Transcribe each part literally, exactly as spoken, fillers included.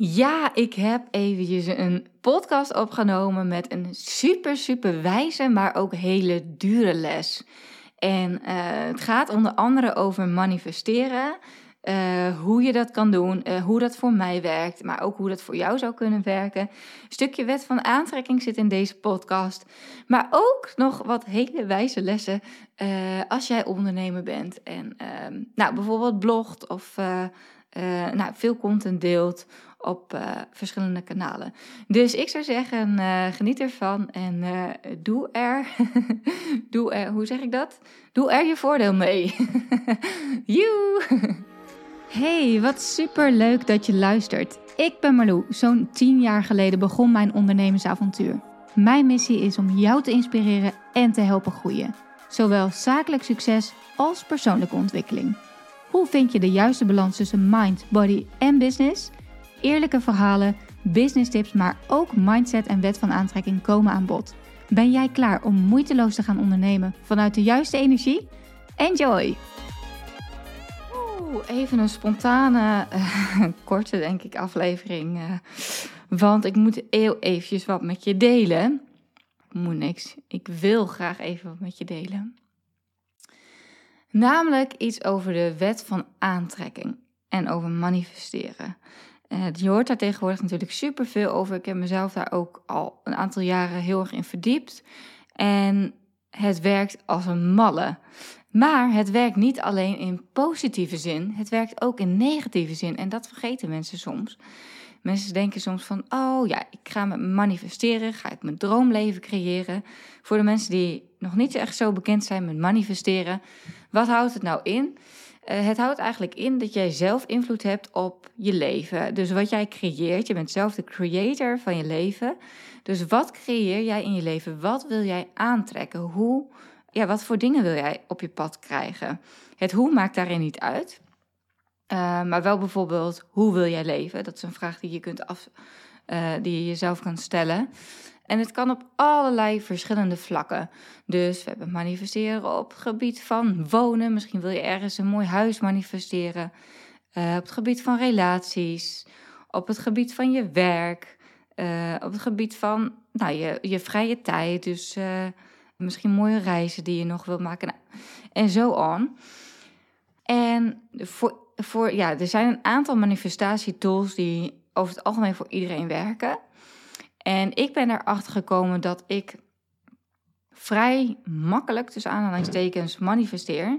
Ja, ik heb eventjes een podcast opgenomen met een super, super wijze, maar ook hele dure les. En eh, het gaat onder andere over manifesteren, eh, hoe je dat kan doen, eh, hoe dat voor mij werkt, maar ook hoe dat voor jou zou kunnen werken. Een stukje wet van aantrekking zit in deze podcast, maar ook nog wat hele wijze lessen eh, als jij ondernemer bent. En ehm, nou, bijvoorbeeld blogt of eh, eh, nou, veel content deelt op uh, verschillende kanalen. Dus ik zou zeggen, uh, geniet ervan en uh, doe er, doe er, hoe zeg ik dat? Doe er je voordeel mee. Joe! Hey, wat super leuk dat je luistert. Ik ben Marlou. Zo'n tien jaar geleden begon mijn ondernemersavontuur. Mijn missie is om jou te inspireren en te helpen groeien. Zowel zakelijk succes als persoonlijke ontwikkeling. Hoe vind je de juiste balans tussen mind, body en business? Eerlijke verhalen, business tips, maar ook mindset en wet van aantrekking komen aan bod. Ben jij klaar om moeiteloos te gaan ondernemen vanuit de juiste energie? Enjoy! Oeh, even een spontane, uh, korte denk ik aflevering. Uh, want ik moet heel eventjes wat met je delen. Ik moet niks. Ik wil graag even wat met je delen. Namelijk iets over de wet van aantrekking en over manifesteren. Uh, je hoort daar tegenwoordig natuurlijk superveel over. Ik heb mezelf daar ook al een aantal jaren heel erg in verdiept. En het werkt als een malle. Maar het werkt niet alleen in positieve zin. Het werkt ook in negatieve zin. En dat vergeten mensen soms. Mensen denken soms van, oh ja, ik ga me manifesteren. Ga ik mijn droomleven creëren. Voor de mensen die nog niet echt zo bekend zijn met manifesteren. Wat houdt het nou in? Uh, het houdt eigenlijk in dat jij zelf invloed hebt op je leven. Dus wat jij creëert, je bent zelf de creator van je leven. Dus wat creëer jij in je leven? Wat wil jij aantrekken? Hoe, ja, wat voor dingen wil jij op je pad krijgen? Het hoe maakt daarin niet uit. Uh, maar wel bijvoorbeeld, hoe wil jij leven? Dat is een vraag die je, kunt af, uh, die je jezelf kan stellen. En het kan op allerlei verschillende vlakken. Dus we hebben manifesteren op het gebied van wonen. Misschien wil je ergens een mooi huis manifesteren. Uh, op het gebied van relaties. Op het gebied van je werk. Uh, op het gebied van nou, je, je vrije tijd. Dus uh, misschien mooie reizen die je nog wilt maken. Nou, en zo on. En voor, voor, ja, er zijn een aantal manifestatietools die over het algemeen voor iedereen werken. En ik ben erachter gekomen dat ik vrij makkelijk, tussen aanhalingstekens, manifesteer.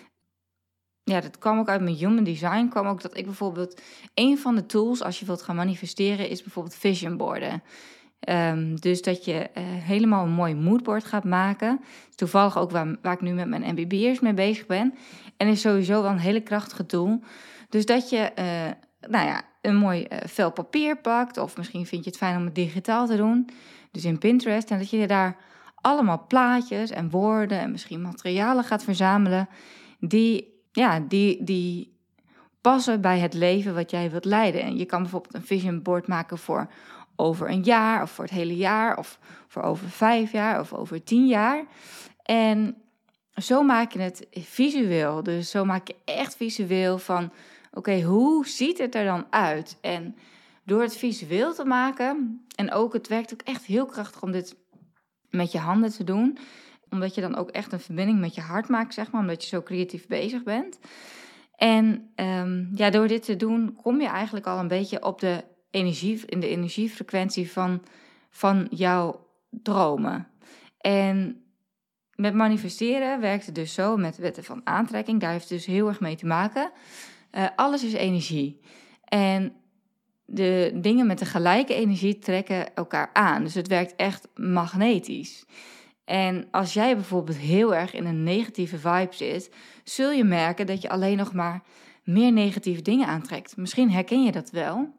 Ja, dat kwam ook uit mijn human design. Kwam ook dat ik bijvoorbeeld, een van de tools als je wilt gaan manifesteren, is bijvoorbeeld vision boarden. Um, dus dat je uh, helemaal een mooi moodboard gaat maken. Toevallig ook waar, waar ik nu met mijn M B B'ers mee bezig ben. En is sowieso wel een hele krachtige tool. Dus dat je, uh, nou ja, een mooi uh, vel papier pakt. Of misschien vind je het fijn om het digitaal te doen. Dus in Pinterest. En dat je daar allemaal plaatjes en woorden en misschien materialen gaat verzamelen. Die, ja, die, die passen bij het leven wat jij wilt leiden. En je kan bijvoorbeeld een vision board maken voor over een jaar of voor het hele jaar. Of voor over vijf jaar of over tien jaar. En zo maak je het visueel. Dus zo maak je echt visueel van, oké, okay, hoe ziet het er dan uit? En door het visueel te maken, en ook het werkt ook echt heel krachtig om dit met je handen te doen, omdat je dan ook echt een verbinding met je hart maakt, zeg maar, omdat je zo creatief bezig bent. En um, ja, door dit te doen kom je eigenlijk al een beetje op de energie, in de energiefrequentie van, van jouw dromen. En met manifesteren werkt het dus zo, met wetten van aantrekking, daar heeft het dus heel erg mee te maken. Uh, alles is energie. En de dingen met de gelijke energie trekken elkaar aan. Dus het werkt echt magnetisch. En als jij bijvoorbeeld heel erg in een negatieve vibe zit, zul je merken dat je alleen nog maar meer negatieve dingen aantrekt. Misschien herken je dat wel.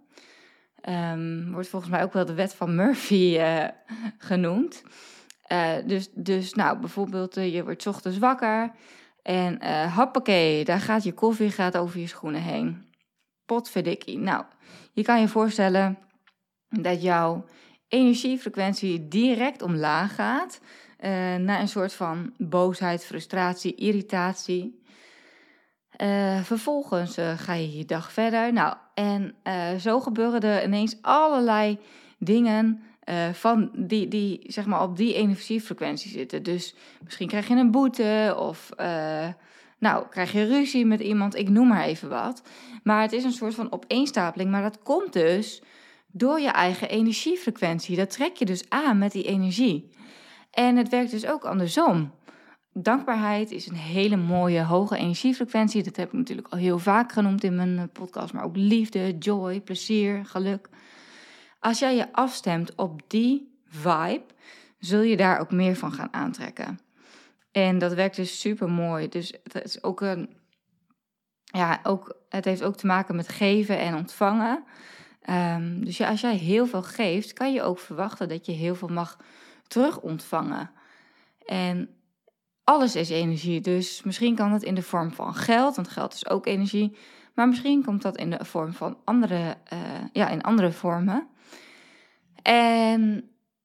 Um, wordt volgens mij ook wel de wet van Murphy uh, genoemd. Uh, dus, dus nou, bijvoorbeeld uh, je wordt 's ochtends wakker en uh, hoppakee, daar gaat je koffie gaat over je schoenen heen. Potverdikkie. Nou, je kan je voorstellen dat jouw energiefrequentie direct omlaag gaat uh, naar een soort van boosheid, frustratie, irritatie. Uh, vervolgens uh, ga je je dag verder. Nou, En uh, zo gebeuren er ineens allerlei dingen uh, van die, die zeg maar op die energiefrequentie zitten. Dus misschien krijg je een boete of uh, nou, krijg je ruzie met iemand. Ik noem maar even wat. Maar het is een soort van opeenstapeling. Maar dat komt dus door je eigen energiefrequentie. Dat trek je dus aan met die energie. En het werkt dus ook andersom. Dankbaarheid is een hele mooie hoge energiefrequentie. Dat heb ik natuurlijk al heel vaak genoemd in mijn podcast. Maar ook liefde, joy, plezier, geluk. Als jij je afstemt op die vibe, zul je daar ook meer van gaan aantrekken. En dat werkt dus super mooi. Dus het is ook een, ja, ook, het heeft ook te maken met geven en ontvangen. Um, dus ja, als jij heel veel geeft, kan je ook verwachten dat je heel veel mag terug ontvangen. En alles is energie, dus misschien kan het in de vorm van geld, want geld is ook energie. Maar misschien komt dat in de vorm van andere, uh, ja, in andere vormen. En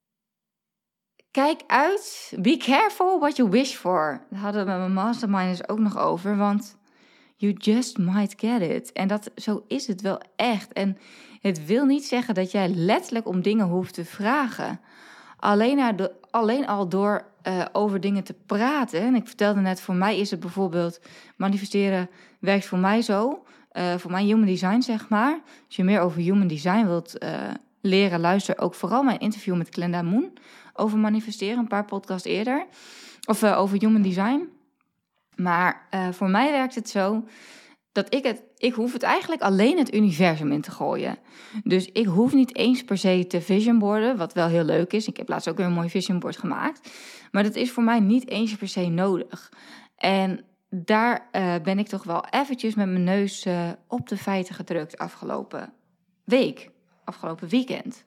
kijk uit, be careful what you wish for. Daar hadden we met mijn masterminders ook nog over, want you just might get it. En dat, zo is het wel echt. En het wil niet zeggen dat jij letterlijk om dingen hoeft te vragen. Alleen, naar de, alleen al door uh, over dingen te praten. En ik vertelde net, voor mij is het bijvoorbeeld manifesteren werkt voor mij zo. Uh, voor mijn human design, zeg maar. Als je meer over human design wilt uh, leren, luister ook vooral mijn interview met Glenda Moon over manifesteren, een paar podcasts eerder. Of uh, over human design. Maar uh, voor mij werkt het zo dat ik het, ik hoef het eigenlijk alleen het universum in te gooien. Dus ik hoef niet eens per se te visionboarden, wat wel heel leuk is. Ik heb laatst ook weer een mooi visionboard gemaakt. Maar dat is voor mij niet eens per se nodig. En daar uh, ben ik toch wel eventjes met mijn neus uh, op de feiten gedrukt afgelopen week, afgelopen weekend.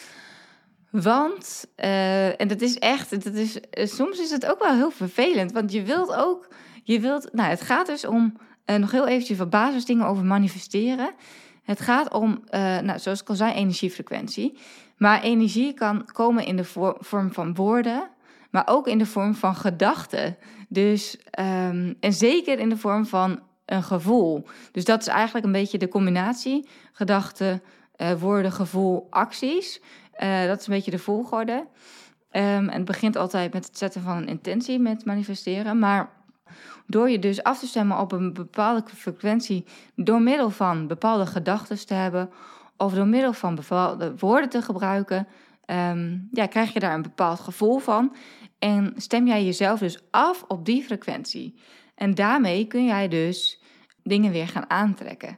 Want, uh, en dat is echt, dat is, uh, soms is het ook wel heel vervelend, want je wilt ook, je wilt, nou het gaat dus om, uh, nog heel eventjes wat basisdingen over manifesteren. Het gaat om, uh, nou zoals ik al zei, energiefrequentie. Maar energie kan komen in de vo- vorm van woorden, maar ook in de vorm van gedachten. Dus, um, en zeker in de vorm van een gevoel. Dus dat is eigenlijk een beetje de combinatie, gedachten, uh, woorden, gevoel, acties. Uh, dat is een beetje de volgorde. Um, en het begint altijd met het zetten van een intentie met manifesteren. Maar door je dus af te stemmen op een bepaalde frequentie, door middel van bepaalde gedachten te hebben, of door middel van bepaalde woorden te gebruiken, um, ja, krijg je daar een bepaald gevoel van. En stem jij jezelf dus af op die frequentie. En daarmee kun jij dus dingen weer gaan aantrekken.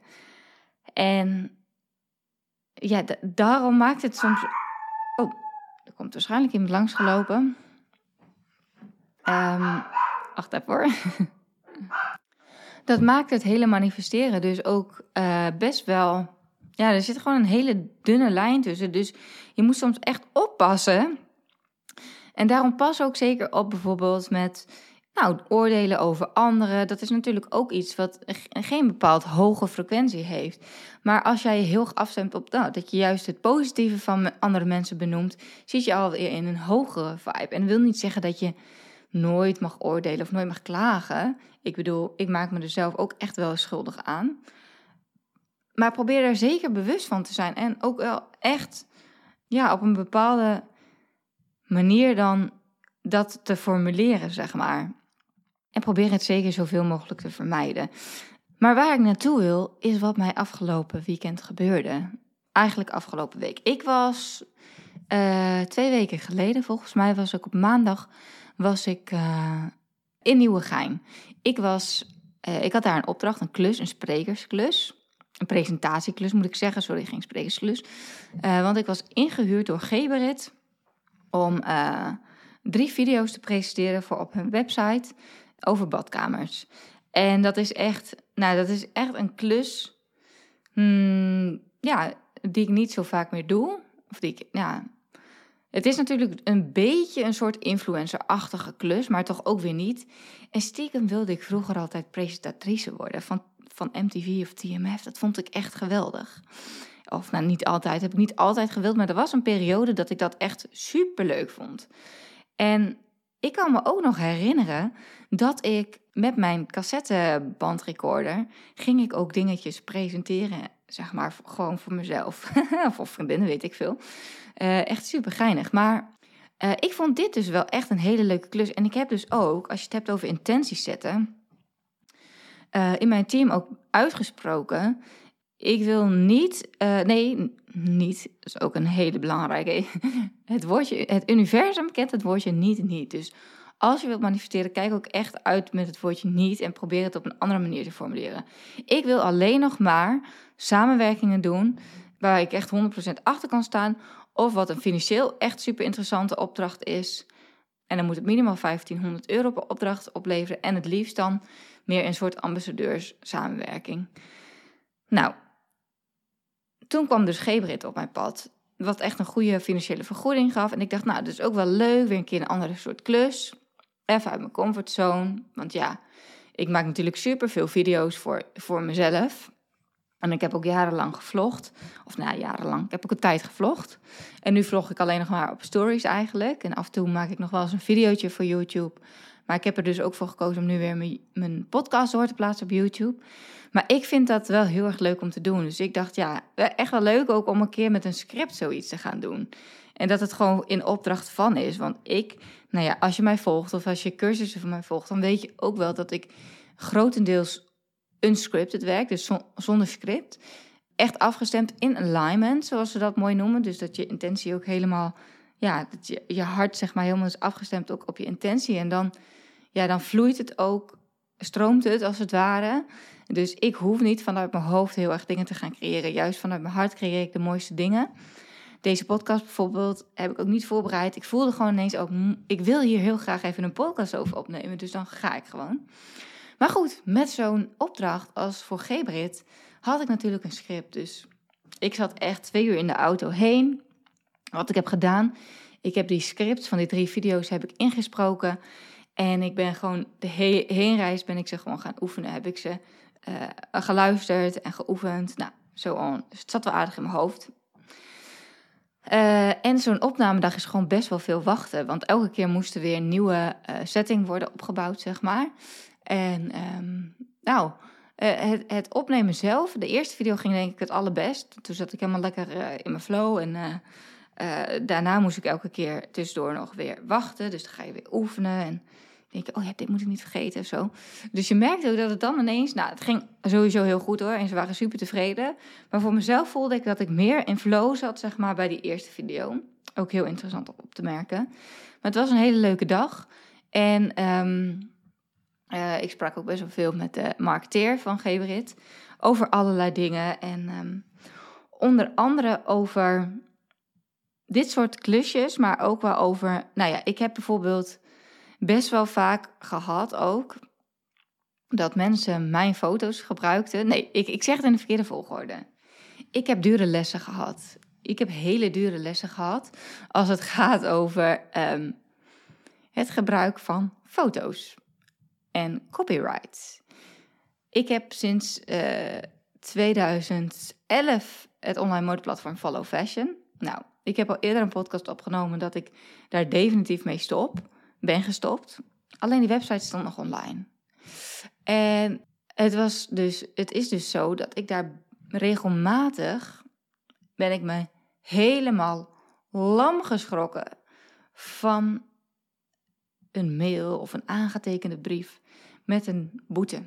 En ja, d- daarom maakt het soms... Oh, er komt waarschijnlijk iemand langsgelopen. Um, wacht even hoor. Dat maakt het hele manifesteren dus ook uh, best wel... Ja, er zit gewoon een hele dunne lijn tussen. Dus je moet soms echt oppassen. En daarom pas ook zeker op bijvoorbeeld met... Nou, oordelen over anderen, dat is natuurlijk ook iets wat geen bepaald hoge frequentie heeft. Maar als jij je heel erg afstemt op nou, dat je juist het positieve van andere mensen benoemt, zit je alweer in een hogere vibe. En dat wil niet zeggen dat je nooit mag oordelen of nooit mag klagen. Ik bedoel, ik maak me er zelf ook echt wel schuldig aan. Maar probeer er zeker bewust van te zijn en ook wel echt ja, op een bepaalde manier dan dat te formuleren, zeg maar. En probeer het zeker zoveel mogelijk te vermijden. Maar waar ik naartoe wil, is wat mij afgelopen weekend gebeurde. Eigenlijk afgelopen week. Ik was uh, twee weken geleden, volgens mij was ik op maandag, was ik uh, in Nieuwegein. Ik, was, uh, ik had daar een opdracht, een klus, een sprekersklus. Een presentatieklus moet ik zeggen, sorry, geen sprekersklus. Uh, want ik was ingehuurd door Geberit om uh, drie video's te presenteren voor op hun website over badkamers. En dat is echt, nou, dat is echt een klus, hmm, ja, die ik niet zo vaak meer doe. Of die ik, ja, het is natuurlijk een beetje een soort influencer-achtige klus, maar toch ook weer niet. En stiekem wilde ik vroeger altijd presentatrice worden van, van M T V of T M F. Dat vond ik echt geweldig. Of nou, niet altijd, heb ik niet altijd gewild, maar er was een periode dat ik dat echt superleuk vond. En ik kan me ook nog herinneren dat ik met mijn cassettebandrecorder ging ik ook dingetjes presenteren zeg maar, gewoon voor mezelf. of voor vriendinnen, weet ik veel. Uh, echt super geinig. Maar uh, ik vond dit dus wel echt een hele leuke klus. En ik heb dus ook, als je het hebt over intenties zetten, uh, in mijn team ook uitgesproken, ik wil niet, uh, nee, niet, dat is ook een hele belangrijke. Het woordje, het universum kent het woordje niet, niet. Dus als je wilt manifesteren, kijk ook echt uit met het woordje niet en probeer het op een andere manier te formuleren. Ik wil alleen nog maar samenwerkingen doen waar ik echt honderd procent achter kan staan, of wat een financieel echt super interessante opdracht is. En dan moet het minimaal vijftienhonderd euro per opdracht opleveren en het liefst dan meer een soort ambassadeurs samenwerking. Nou, toen kwam dus Gebrit op mijn pad, wat echt een goede financiële vergoeding gaf. En ik dacht, nou, dat is ook wel leuk, weer een keer een andere soort klus. Even uit mijn comfortzone, want ja, ik maak natuurlijk super veel video's voor, voor mezelf. En ik heb ook jarenlang gevlogd, of nou jarenlang, ik heb ook een tijd gevlogd. En nu vlog ik alleen nog maar op stories eigenlijk. En af en toe maak ik nog wel eens een videootje voor YouTube. Maar ik heb er dus ook voor gekozen om nu weer mijn, mijn podcast door te plaatsen op YouTube. Maar ik vind dat wel heel erg leuk om te doen. Dus ik dacht, ja, echt wel leuk ook om een keer met een script zoiets te gaan doen. En dat het gewoon in opdracht van is. Want ik, nou ja, als je mij volgt of als je cursussen van mij volgt, dan weet je ook wel dat ik grotendeels unscripted werk, dus zonder script. Echt afgestemd in alignment, zoals ze dat mooi noemen. Dus dat je intentie ook helemaal, ja, dat je, je hart zeg maar helemaal is afgestemd ook op je intentie. En dan, ja, dan vloeit het ook, stroomt het als het ware. Dus ik hoef niet vanuit mijn hoofd heel erg dingen te gaan creëren. Juist vanuit mijn hart creëer ik de mooiste dingen. Deze podcast bijvoorbeeld heb ik ook niet voorbereid. Ik voelde gewoon ineens ook, ik wil hier heel graag even een podcast over opnemen. Dus dan ga ik gewoon. Maar goed, met zo'n opdracht als voor Gebrit had ik natuurlijk een script. Dus ik zat echt twee uur in de auto heen. Wat ik heb gedaan, ik heb die scripts van die drie video's heb ik ingesproken. En ik ben gewoon de he- heenreis ben ik ze gewoon gaan oefenen. Heb ik ze uh, geluisterd en geoefend. Nou, zo on. Dus het zat wel aardig in mijn hoofd. Uh, en zo'n opnamedag is gewoon best wel veel wachten. Want elke keer moest er weer een nieuwe uh, setting worden opgebouwd, zeg maar. En um, nou, uh, het, het opnemen zelf, de eerste video ging denk ik het allerbest. Toen zat ik helemaal lekker uh, in mijn flow. En uh, uh, daarna moest ik elke keer tussendoor nog weer wachten. Dus dan ga je weer oefenen en denk je, oh ja, dit moet ik niet vergeten of zo. Dus je merkte ook dat het dan ineens, nou, het ging sowieso heel goed hoor. En ze waren super tevreden. Maar voor mezelf voelde ik dat ik meer in flow zat, zeg maar, bij die eerste video. Ook heel interessant om op te merken. Maar het was een hele leuke dag. En um, uh, ik sprak ook best wel veel met de marketeer van Gebrit over allerlei dingen. En um, onder andere over dit soort klusjes, maar ook wel over, nou ja, ik heb bijvoorbeeld best wel vaak gehad ook dat mensen mijn foto's gebruikten. Nee, ik, ik zeg het in de verkeerde volgorde. Ik heb dure lessen gehad. Ik heb hele dure lessen gehad als het gaat over um, het gebruik van foto's en copyright. Ik heb sinds uh, tweeduizend elf het online modeplatform Follow Fashion. Nou, ik heb al eerder een podcast opgenomen dat ik daar definitief mee stop. Ben gestopt. Alleen die website stond nog online. En het, was dus, het is dus zo dat ik daar regelmatig ben ik me helemaal lam geschrokken van een mail of een aangetekende brief met een boete.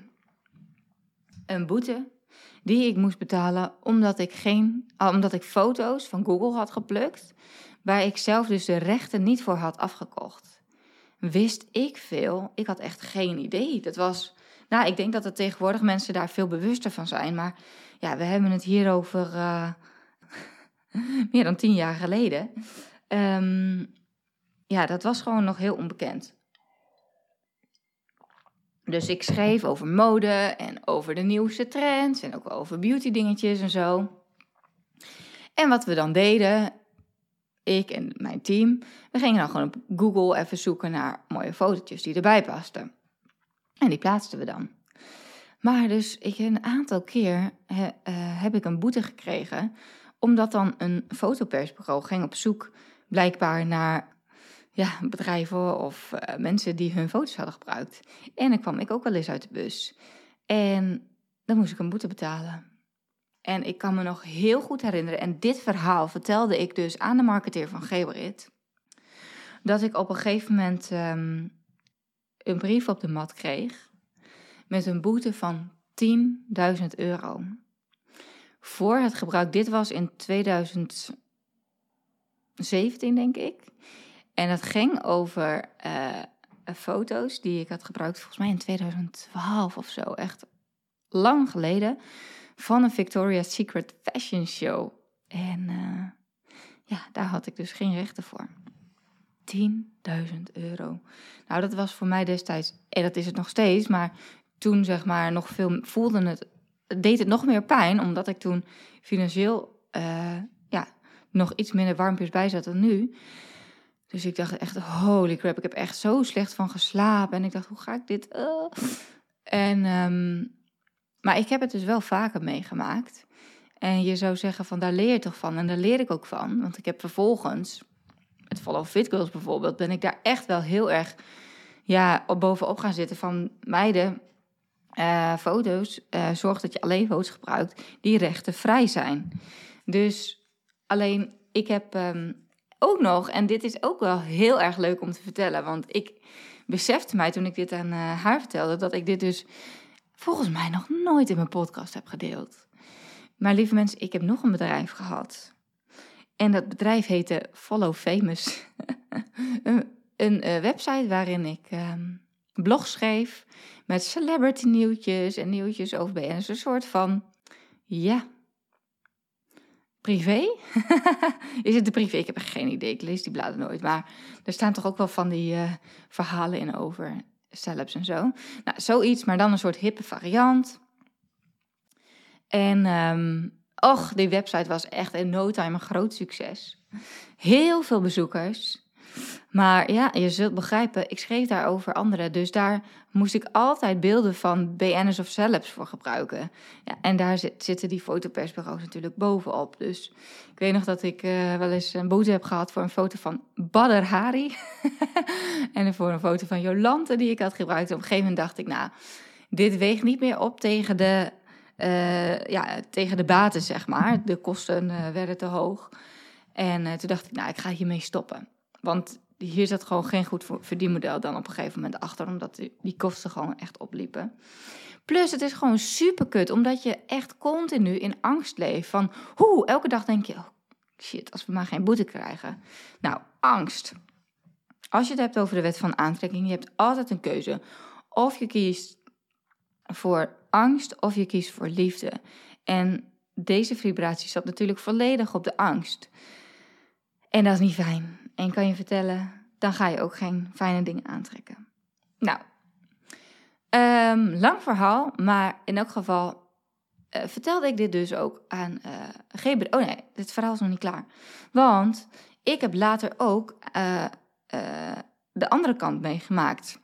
Een boete die ik moest betalen omdat ik, geen, omdat ik foto's van Google had geplukt, waar ik zelf dus de rechten niet voor had afgekocht. Wist ik veel? Ik had echt geen idee. Dat was, nou, ik denk dat er tegenwoordig mensen daar veel bewuster van zijn. Maar ja, we hebben het hier over uh, meer dan tien jaar geleden. Um, ja, dat was gewoon nog heel onbekend. Dus ik schreef over mode en over de nieuwste trends en ook over beauty dingetjes en zo. En wat we dan deden, ik en mijn team, we gingen dan gewoon op Google even zoeken naar mooie fotootjes die erbij pasten. En die plaatsten we dan. Maar dus ik, een aantal keer he, uh, heb ik een boete gekregen, omdat dan een fotopersbureau ging op zoek blijkbaar naar ja, bedrijven of uh, mensen die hun foto's hadden gebruikt. En dan kwam ik ook wel eens uit de bus. En dan moest ik een boete betalen. En ik kan me nog heel goed herinneren, en dit verhaal vertelde ik dus aan de marketeer van Geberit, dat ik op een gegeven moment um, een brief op de mat kreeg met een boete van tienduizend euro. Voor het gebruik, dit was in tweeduizend zeventien denk ik. En dat ging over uh, foto's die ik had gebruikt, volgens mij in tweeduizend twaalf of zo, echt lang geleden, van een Victoria's Secret fashion show. En uh, ja, daar had ik dus geen rechten voor. tienduizend euro. Nou, dat was voor mij destijds, en dat is het nog steeds, maar toen zeg maar nog veel, voelde het, deed het nog meer pijn, omdat ik toen financieel uh, ja, nog iets minder warmpjes bij zat dan nu. Dus ik dacht echt, holy crap, ik heb echt zo slecht van geslapen. En ik dacht, hoe ga ik dit? Uh. En, um, maar ik heb het dus wel vaker meegemaakt. En je zou zeggen van, daar leer je toch van? En daar leer ik ook van. Want ik heb vervolgens, met Follow Fit Girls bijvoorbeeld, ben ik daar echt wel heel erg ja, op bovenop gaan zitten van meiden, uh, foto's. Uh, zorg dat je alleen foto's gebruikt die rechtenvrij zijn. Dus alleen, ik heb um, ook nog, en dit is ook wel heel erg leuk om te vertellen, want ik besefte mij toen ik dit aan uh, haar vertelde, dat ik dit dus volgens mij nog nooit in mijn podcast heb gedeeld. Maar lieve mensen, ik heb nog een bedrijf gehad. En dat bedrijf heette Follow Famous. een een uh, website waarin ik um, blogs schreef met celebrity nieuwtjes en nieuwtjes over B N S'ers. Een soort van, ja, privé? Is het de privé? Ik heb echt geen idee, ik lees die bladen nooit. Maar er staan toch ook wel van die uh, verhalen in over celebs en zo. Nou, zoiets, maar dan een soort hippe variant. En um, och, die website was echt in no time een groot succes. Heel veel bezoekers. Maar ja, je zult begrijpen, ik schreef daar over anderen. Dus daar moest ik altijd beelden van B N'ers of celebs voor gebruiken. Ja, en daar zit, zitten die fotopersbureaus natuurlijk bovenop. Dus ik weet nog dat ik uh, wel eens een boete heb gehad voor een foto van Badr Hari. En voor een foto van Jolante die ik had gebruikt. Op een gegeven moment dacht ik, nou, dit weegt niet meer op tegen de, uh, ja, tegen de baten, zeg maar. De kosten uh, werden te hoog. En uh, toen dacht ik, nou, ik ga hiermee stoppen. Want hier zat gewoon geen goed verdienmodel dan op een gegeven moment achter, omdat die, die kosten gewoon echt opliepen. Plus, het is gewoon super kut, omdat je echt continu in angst leeft van, hoe, elke dag denk je, oh shit, als we maar geen boete krijgen. Nou, angst. Als je het hebt over de wet van aantrekking, je hebt altijd een keuze. Of je kiest voor angst, of je kiest voor liefde. En deze vibratie zat natuurlijk volledig op de angst. En dat is niet fijn. En kan je vertellen, dan ga je ook geen fijne dingen aantrekken. Nou, um, lang verhaal, maar in elk geval uh, vertelde ik dit dus ook aan uh, Geberit. Oh nee, dit verhaal is nog niet klaar. Want ik heb later ook uh, uh, de andere kant meegemaakt.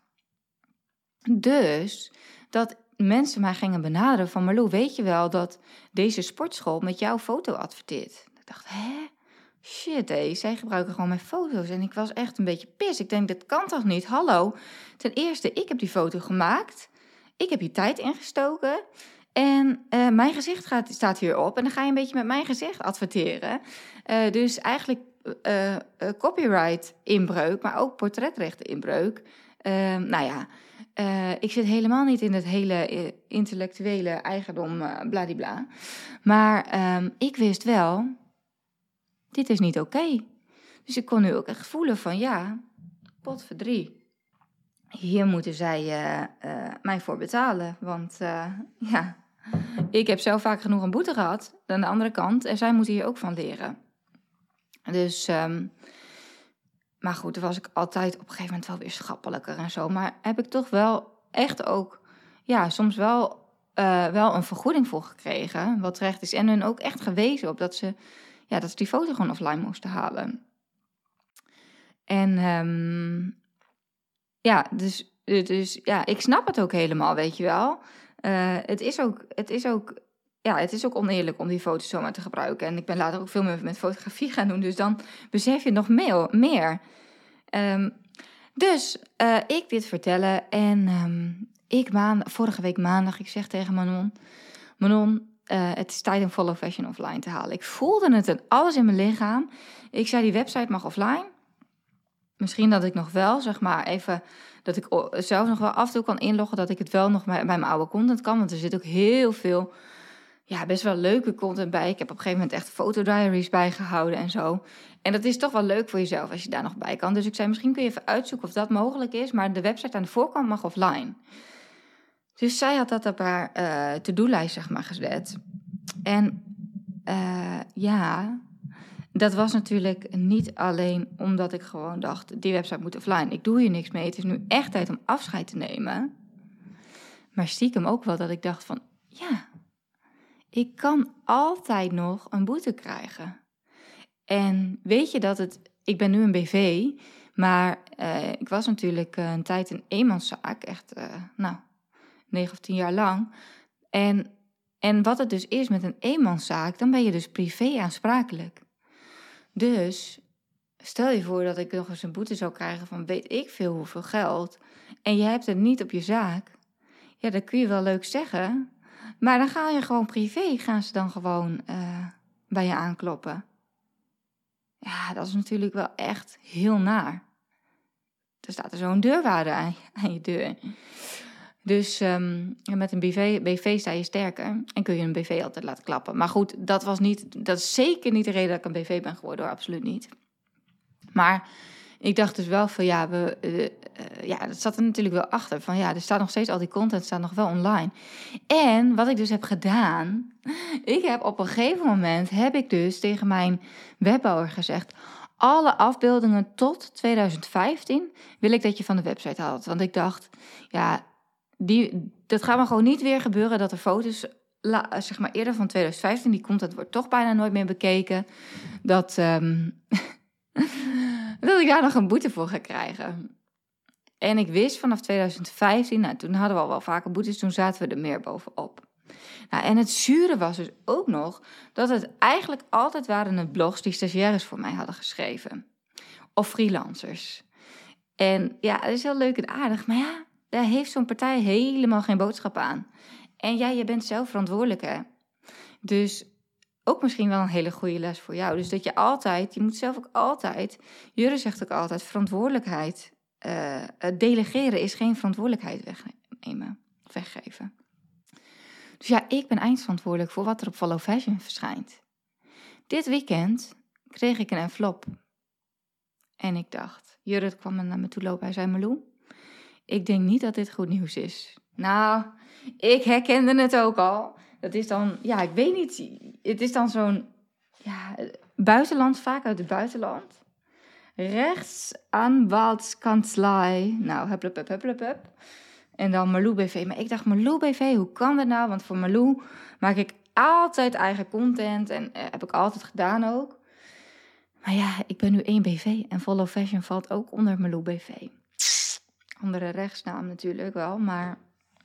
Dus dat mensen mij gingen benaderen van, Marlou, weet je wel dat deze sportschool met jouw foto adverteert? Ik dacht, hè? Shit, hé, zij gebruiken gewoon mijn foto's. En ik was echt een beetje pis. Ik denk, dat kan toch niet? Hallo. Ten eerste, ik heb die foto gemaakt. Ik heb hier tijd ingestoken. En uh, mijn gezicht gaat, staat hierop. En dan ga je een beetje met mijn gezicht adverteren. Uh, dus eigenlijk uh, uh, copyright inbreuk, maar ook portretrechten inbreuk. Uh, nou ja, uh, ik zit helemaal niet in het hele uh, intellectuele eigendom uh, bladibla. Maar um, ik wist wel, dit is niet oké. Okay. Dus ik kon nu ook echt voelen van, ja, potverdrie. Hier moeten zij uh, uh, mij voor betalen. Want uh, ja, ik heb zelf vaak genoeg een boete gehad. Aan de andere kant. En zij moeten hier ook van leren. Dus, um, maar goed, dan was ik altijd op een gegeven moment wel weer schappelijker en zo. Maar heb ik toch wel echt ook, ja, soms wel, uh, wel een vergoeding voor gekregen. Wat terecht is. En hun ook echt gewezen op dat ze, ja, dat ze die foto gewoon offline moesten halen. En um, ja, dus, dus ja, ik snap het ook helemaal, weet je wel. Uh, het is ook, het is ook, ja, het is ook oneerlijk om die foto's zomaar te gebruiken. En ik ben later ook veel meer met fotografie gaan doen, dus dan besef je nog meer. meer. Um, dus uh, ik dit vertellen en um, ik maand, vorige week maandag, ik zeg tegen Manon, Manon, uh, het is tijd om Follow Fashion offline te halen. Ik voelde het en alles in mijn lichaam. Ik zei, die website mag offline. Misschien dat ik nog wel, zeg maar, even... dat ik zelf nog wel af en toe kan inloggen... dat ik het wel nog bij, bij mijn oude content kan. Want er zit ook heel veel... ja, best wel leuke content bij. Ik heb op een gegeven moment echt fotodiaries bijgehouden en zo. En dat is toch wel leuk voor jezelf als je daar nog bij kan. Dus ik zei, misschien kun je even uitzoeken of dat mogelijk is. Maar de website aan de voorkant mag offline. Dus zij had dat op haar uh, to-do-lijst, zeg maar, gezet. En uh, ja, dat was natuurlijk niet alleen omdat ik gewoon dacht... die website moet offline. Ik doe hier niks mee. Het is nu echt tijd om afscheid te nemen. Maar stiekem ook wel dat ik dacht van... ja, ik kan altijd nog een boete krijgen. En weet je dat het... ik ben nu een B V, maar uh, ik was natuurlijk uh, een tijd een eenmanszaak. Echt, uh, nou, negen of tien jaar lang. En, en wat het dus is met een eenmanszaak, dan ben je dus privé aansprakelijk. Dus stel je voor dat ik nog eens een boete zou krijgen van weet ik veel hoeveel geld. En je hebt het niet op je zaak. Ja, dat kun je wel leuk zeggen. Maar dan ga je gewoon privé, gaan ze dan gewoon uh, bij je aankloppen. Ja, dat is natuurlijk wel echt heel naar. Er staat er zo'n deurwaarder aan, aan je deur. Dus um, met een B V, B V sta je sterker en kun je een B V altijd laten klappen. Maar goed, dat was niet, dat is zeker niet de reden dat ik een B V ben geworden, hoor, absoluut niet. Maar ik dacht dus wel van ja, we, uh, uh, ja, dat zat er natuurlijk wel achter. Van ja, er staat nog steeds al die content, staat nog wel online. En wat ik dus heb gedaan, ik heb op een gegeven moment, heb ik dus tegen mijn webbouwer gezegd, alle afbeeldingen tot twintig vijftien wil ik dat je van de website haalt. Want ik dacht, ja, die, dat gaat maar gewoon niet weer gebeuren dat er foto's, la, zeg maar eerder van twintig vijftien, die content wordt toch bijna nooit meer bekeken, dat... Um, dat ik daar nog een boete voor ga krijgen. En ik wist vanaf twintig vijftien, nou, toen hadden we al wel vaker boetes, toen zaten we er meer bovenop. Nou, en het zure was dus ook nog dat het eigenlijk altijd waren het blogs die stagiaires voor mij hadden geschreven. Of freelancers. En ja, dat is heel leuk en aardig, maar ja, daar heeft zo'n partij helemaal geen boodschap aan. En ja, je bent zelf verantwoordelijk, hè. Dus... ook misschien wel een hele goede les voor jou. Dus dat je altijd, je moet zelf ook altijd... Jurre zegt ook altijd, verantwoordelijkheid... Uh, delegeren is geen verantwoordelijkheid wegnemen, weggeven. Dus ja, ik ben eindverantwoordelijk voor wat er op Follow Fashion verschijnt. Dit weekend kreeg ik een envelop. En ik dacht, Jurre kwam naar me toe lopen. Hij zei, Malou, ik denk niet dat dit goed nieuws is. Nou, ik herkende het ook al... Dat is dan, ja, ik weet niet. Het is dan zo'n, ja, buitenland, vaak uit het buitenland. Rechtsaanwaltskanslei. Nou, hup, hup, hup, hup, hup, hup. En dan Malou B V. Maar ik dacht, Malou B V, hoe kan dat nou? Want voor Malou maak ik altijd eigen content. En eh, heb ik altijd gedaan ook. Maar ja, ik ben nu één B V. En Follow Fashion valt ook onder Malou B V. Andere rechtsnaam natuurlijk wel, maar...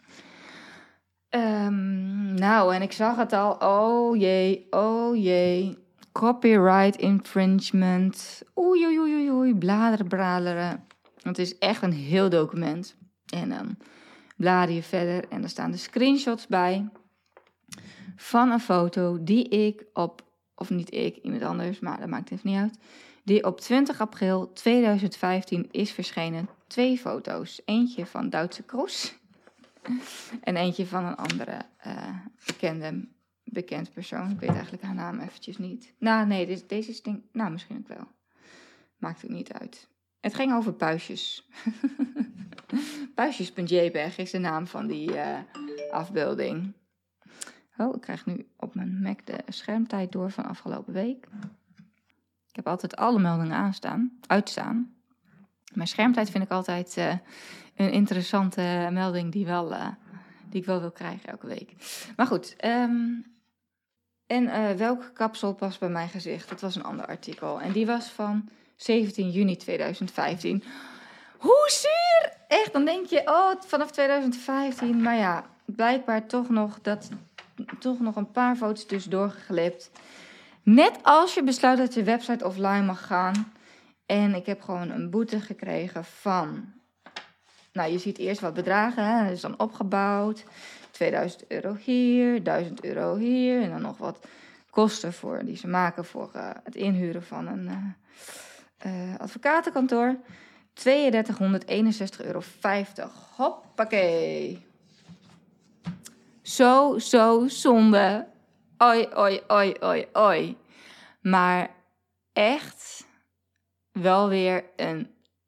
Um, nou, en ik zag het al. Oh jee, oh jee. Copyright infringement. Oei, oei, oei, oei. Bladeren, bladeren. Het is echt een heel document. En dan blader je verder. En er staan de screenshots bij. Van een foto die ik op... Of niet ik, iemand anders, maar dat maakt even niet uit. Die op twintig april tweeduizend vijftien is verschenen. Twee foto's. Eentje van Duitse Kroes. En eentje van een andere uh, bekende, bekend persoon. Ik weet eigenlijk haar naam eventjes niet. Nou, nee, deze, deze is ding... Nou, misschien ook wel. Maakt ook niet uit. Het ging over puistjes. Puistjes.jpg is de naam van die uh, afbeelding. Oh, ik krijg nu op mijn Mac de schermtijd door van afgelopen week. Ik heb altijd alle meldingen aanstaan, uitstaan. Maar schermtijd vind ik altijd uh, een interessante melding die, wel, uh, die ik wel wil krijgen elke week. Maar goed, um, en uh, welk kapsel past bij mijn gezicht? Dat was een ander artikel. En die was van zeventien juni tweeduizend vijftien. Hoe zuur! Echt, dan denk je, oh, vanaf tweeduizend vijftien. Maar ja, blijkbaar toch nog, dat, toch nog een paar foto's tussendoor geglipt. Net als je besluit dat je website offline mag gaan... En ik heb gewoon een boete gekregen van... Nou, je ziet eerst wat bedragen, hè? Dat is dan opgebouwd. tweeduizend euro hier, duizend euro hier. En dan nog wat kosten voor, die ze maken voor uh, het inhuren van een uh, uh, advocatenkantoor. tweeduizend eenenzestig euro vijftig. Hoppakee. Zo, zo zonde. Oi, oi, oi, oi, oi. Maar echt wel weer een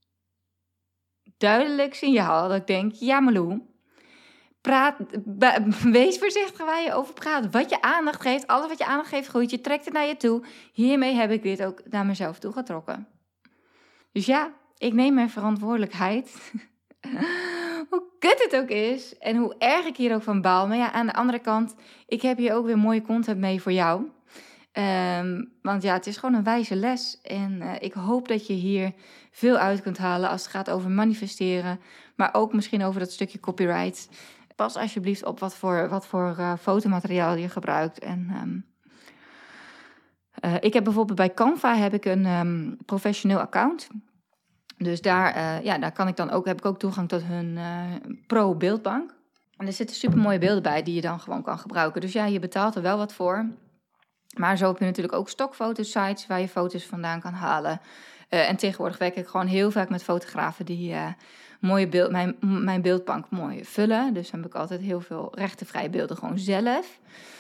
duidelijk signaal dat ik denk, ja Malou, praat, be, wees voorzichtig waar je over praat. Wat je aandacht geeft, alles wat je aandacht geeft groeit, je trekt het naar je toe. Hiermee heb ik dit ook naar mezelf toe getrokken. Dus ja, ik neem mijn verantwoordelijkheid. Hoe kut het ook is en hoe erg ik hier ook van baal. Maar ja, aan de andere kant, ik heb hier ook weer mooie content mee voor jou. Um, want ja, het is gewoon een wijze les. En uh, ik hoop dat je hier veel uit kunt halen als het gaat over manifesteren. Maar ook misschien over dat stukje copyright. Pas alsjeblieft op wat voor, wat voor uh, fotomateriaal je gebruikt. En um, uh, ik heb bijvoorbeeld bij Canva heb ik een um, professioneel account. Dus daar, uh, ja, daar kan ik dan ook, heb ik ook toegang tot hun uh, pro-beeldbank. En er zitten super mooie beelden bij die je dan gewoon kan gebruiken. Dus ja, je betaalt er wel wat voor. Maar zo heb je natuurlijk ook stokfotosites waar je foto's vandaan kan halen. Uh, en tegenwoordig werk ik gewoon heel vaak met fotografen die uh, mooie beeld, mijn, mijn beeldbank mooi vullen. Dus dan heb ik altijd heel veel rechtenvrije beelden gewoon zelf.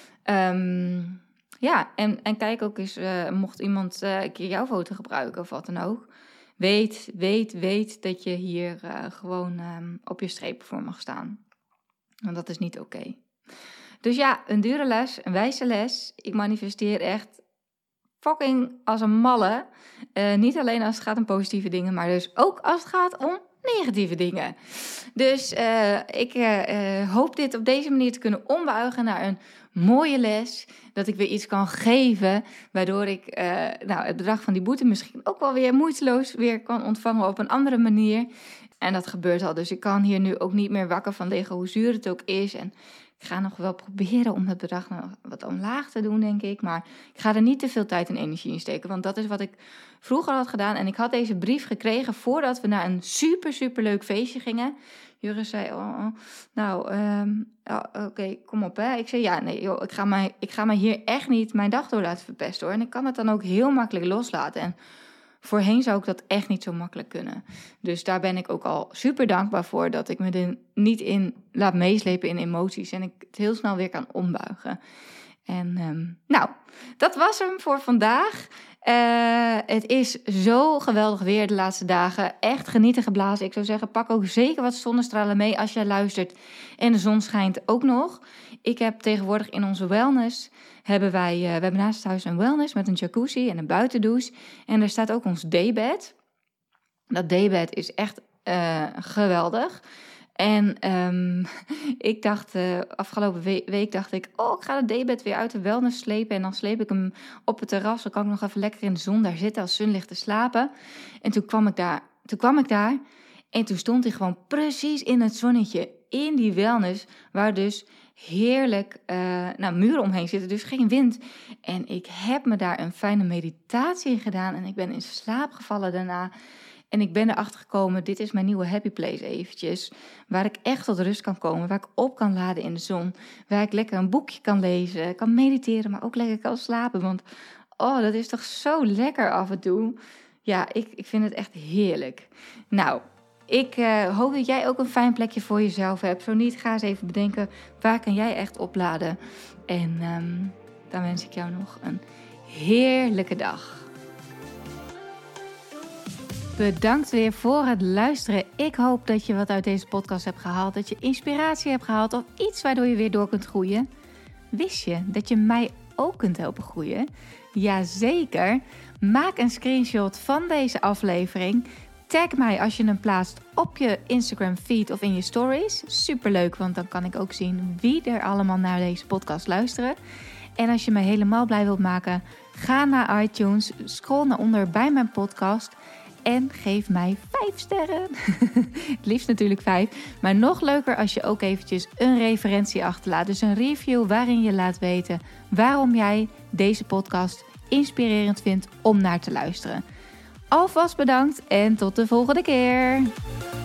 Um, ja, en, en kijk ook eens, uh, mocht iemand uh, een keer jouw foto gebruiken of wat dan ook. Weet, weet, weet dat je hier uh, gewoon um, op je strepen voor mag staan. Want dat is niet oké. Okay. Dus ja, een dure les, een wijze les. Ik manifesteer echt fucking als een malle. Uh, niet alleen als het gaat om positieve dingen, maar dus ook als het gaat om negatieve dingen. Dus uh, ik uh, uh, hoop dit op deze manier te kunnen ombuigen naar een mooie les. Dat ik weer iets kan geven, waardoor ik uh, nou, het bedrag van die boete misschien ook wel weer moeiteloos weer kan ontvangen op een andere manier. En dat gebeurt al, dus ik kan hier nu ook niet meer wakker van liggen, hoe zuur het ook is. En ik ga nog wel proberen om dat bedrag nog wat omlaag te doen, denk ik. Maar ik ga er niet te veel tijd en energie in steken. Want dat is wat ik vroeger had gedaan. En ik had deze brief gekregen voordat we naar een super, super leuk feestje gingen. Juris zei, oh, oh, nou, um, oh, oké, okay, kom op, hè. Ik zei, ja, nee, joh, ik ga, mij, ik ga mij hier echt niet mijn dag door laten verpesten, hoor. En ik kan het dan ook heel makkelijk loslaten. En voorheen zou ik dat echt niet zo makkelijk kunnen. Dus daar ben ik ook al super dankbaar voor, dat ik me er niet in laat meeslepen in emoties en ik het heel snel weer kan ombuigen. En um, nou, dat was hem voor vandaag. Uh, het is zo geweldig weer de laatste dagen. Echt genieten geblazen. Ik zou zeggen, pak ook zeker wat zonnestralen mee als jij luistert. En de zon schijnt ook nog. Ik heb tegenwoordig in onze wellness, hebben wij, uh, we hebben naast het huis een wellness met een jacuzzi en een buitendouche. En er staat ook ons daybed. Dat daybed is echt uh, geweldig. En um, ik dacht, uh, afgelopen week, week dacht ik, oh, ik ga de daybed weer uit de wellness slepen. En dan sleep ik hem op het terras. Dan kan ik nog even lekker in de zon daar zitten als zonlicht te slapen. En toen kwam ik daar, toen kwam ik daar en toen stond hij gewoon precies in het zonnetje in die wellness, waar dus heerlijk uh, nou, muren omheen zitten, dus geen wind. En ik heb me daar een fijne meditatie in gedaan en ik ben in slaap gevallen daarna. En ik ben erachter gekomen, dit is mijn nieuwe happy place eventjes. Waar ik echt tot rust kan komen, waar ik op kan laden in de zon. Waar ik lekker een boekje kan lezen, kan mediteren, maar ook lekker kan slapen. Want oh, dat is toch zo lekker af en toe. Ja, ik, ik vind het echt heerlijk. Nou, ik uh, hoop dat jij ook een fijn plekje voor jezelf hebt. Zo niet, ga eens even bedenken, waar kan jij echt opladen? En um, dan wens ik jou nog een heerlijke dag. Bedankt weer voor het luisteren. Ik hoop dat je wat uit deze podcast hebt gehaald. Dat je inspiratie hebt gehaald of iets waardoor je weer door kunt groeien. Wist je dat je mij ook kunt helpen groeien? Jazeker. Maak een screenshot van deze aflevering. Tag mij als je hem plaatst op je Instagram feed of in je stories. Superleuk, want dan kan ik ook zien wie er allemaal naar deze podcast luisteren. En als je mij helemaal blij wilt maken, ga naar iTunes, scroll naar onder bij mijn podcast en geef mij vijf sterren. Het liefst natuurlijk vijf. Maar nog leuker als je ook eventjes een referentie achterlaat. Dus een review waarin je laat weten waarom jij deze podcast inspirerend vindt om naar te luisteren. Alvast bedankt en tot de volgende keer.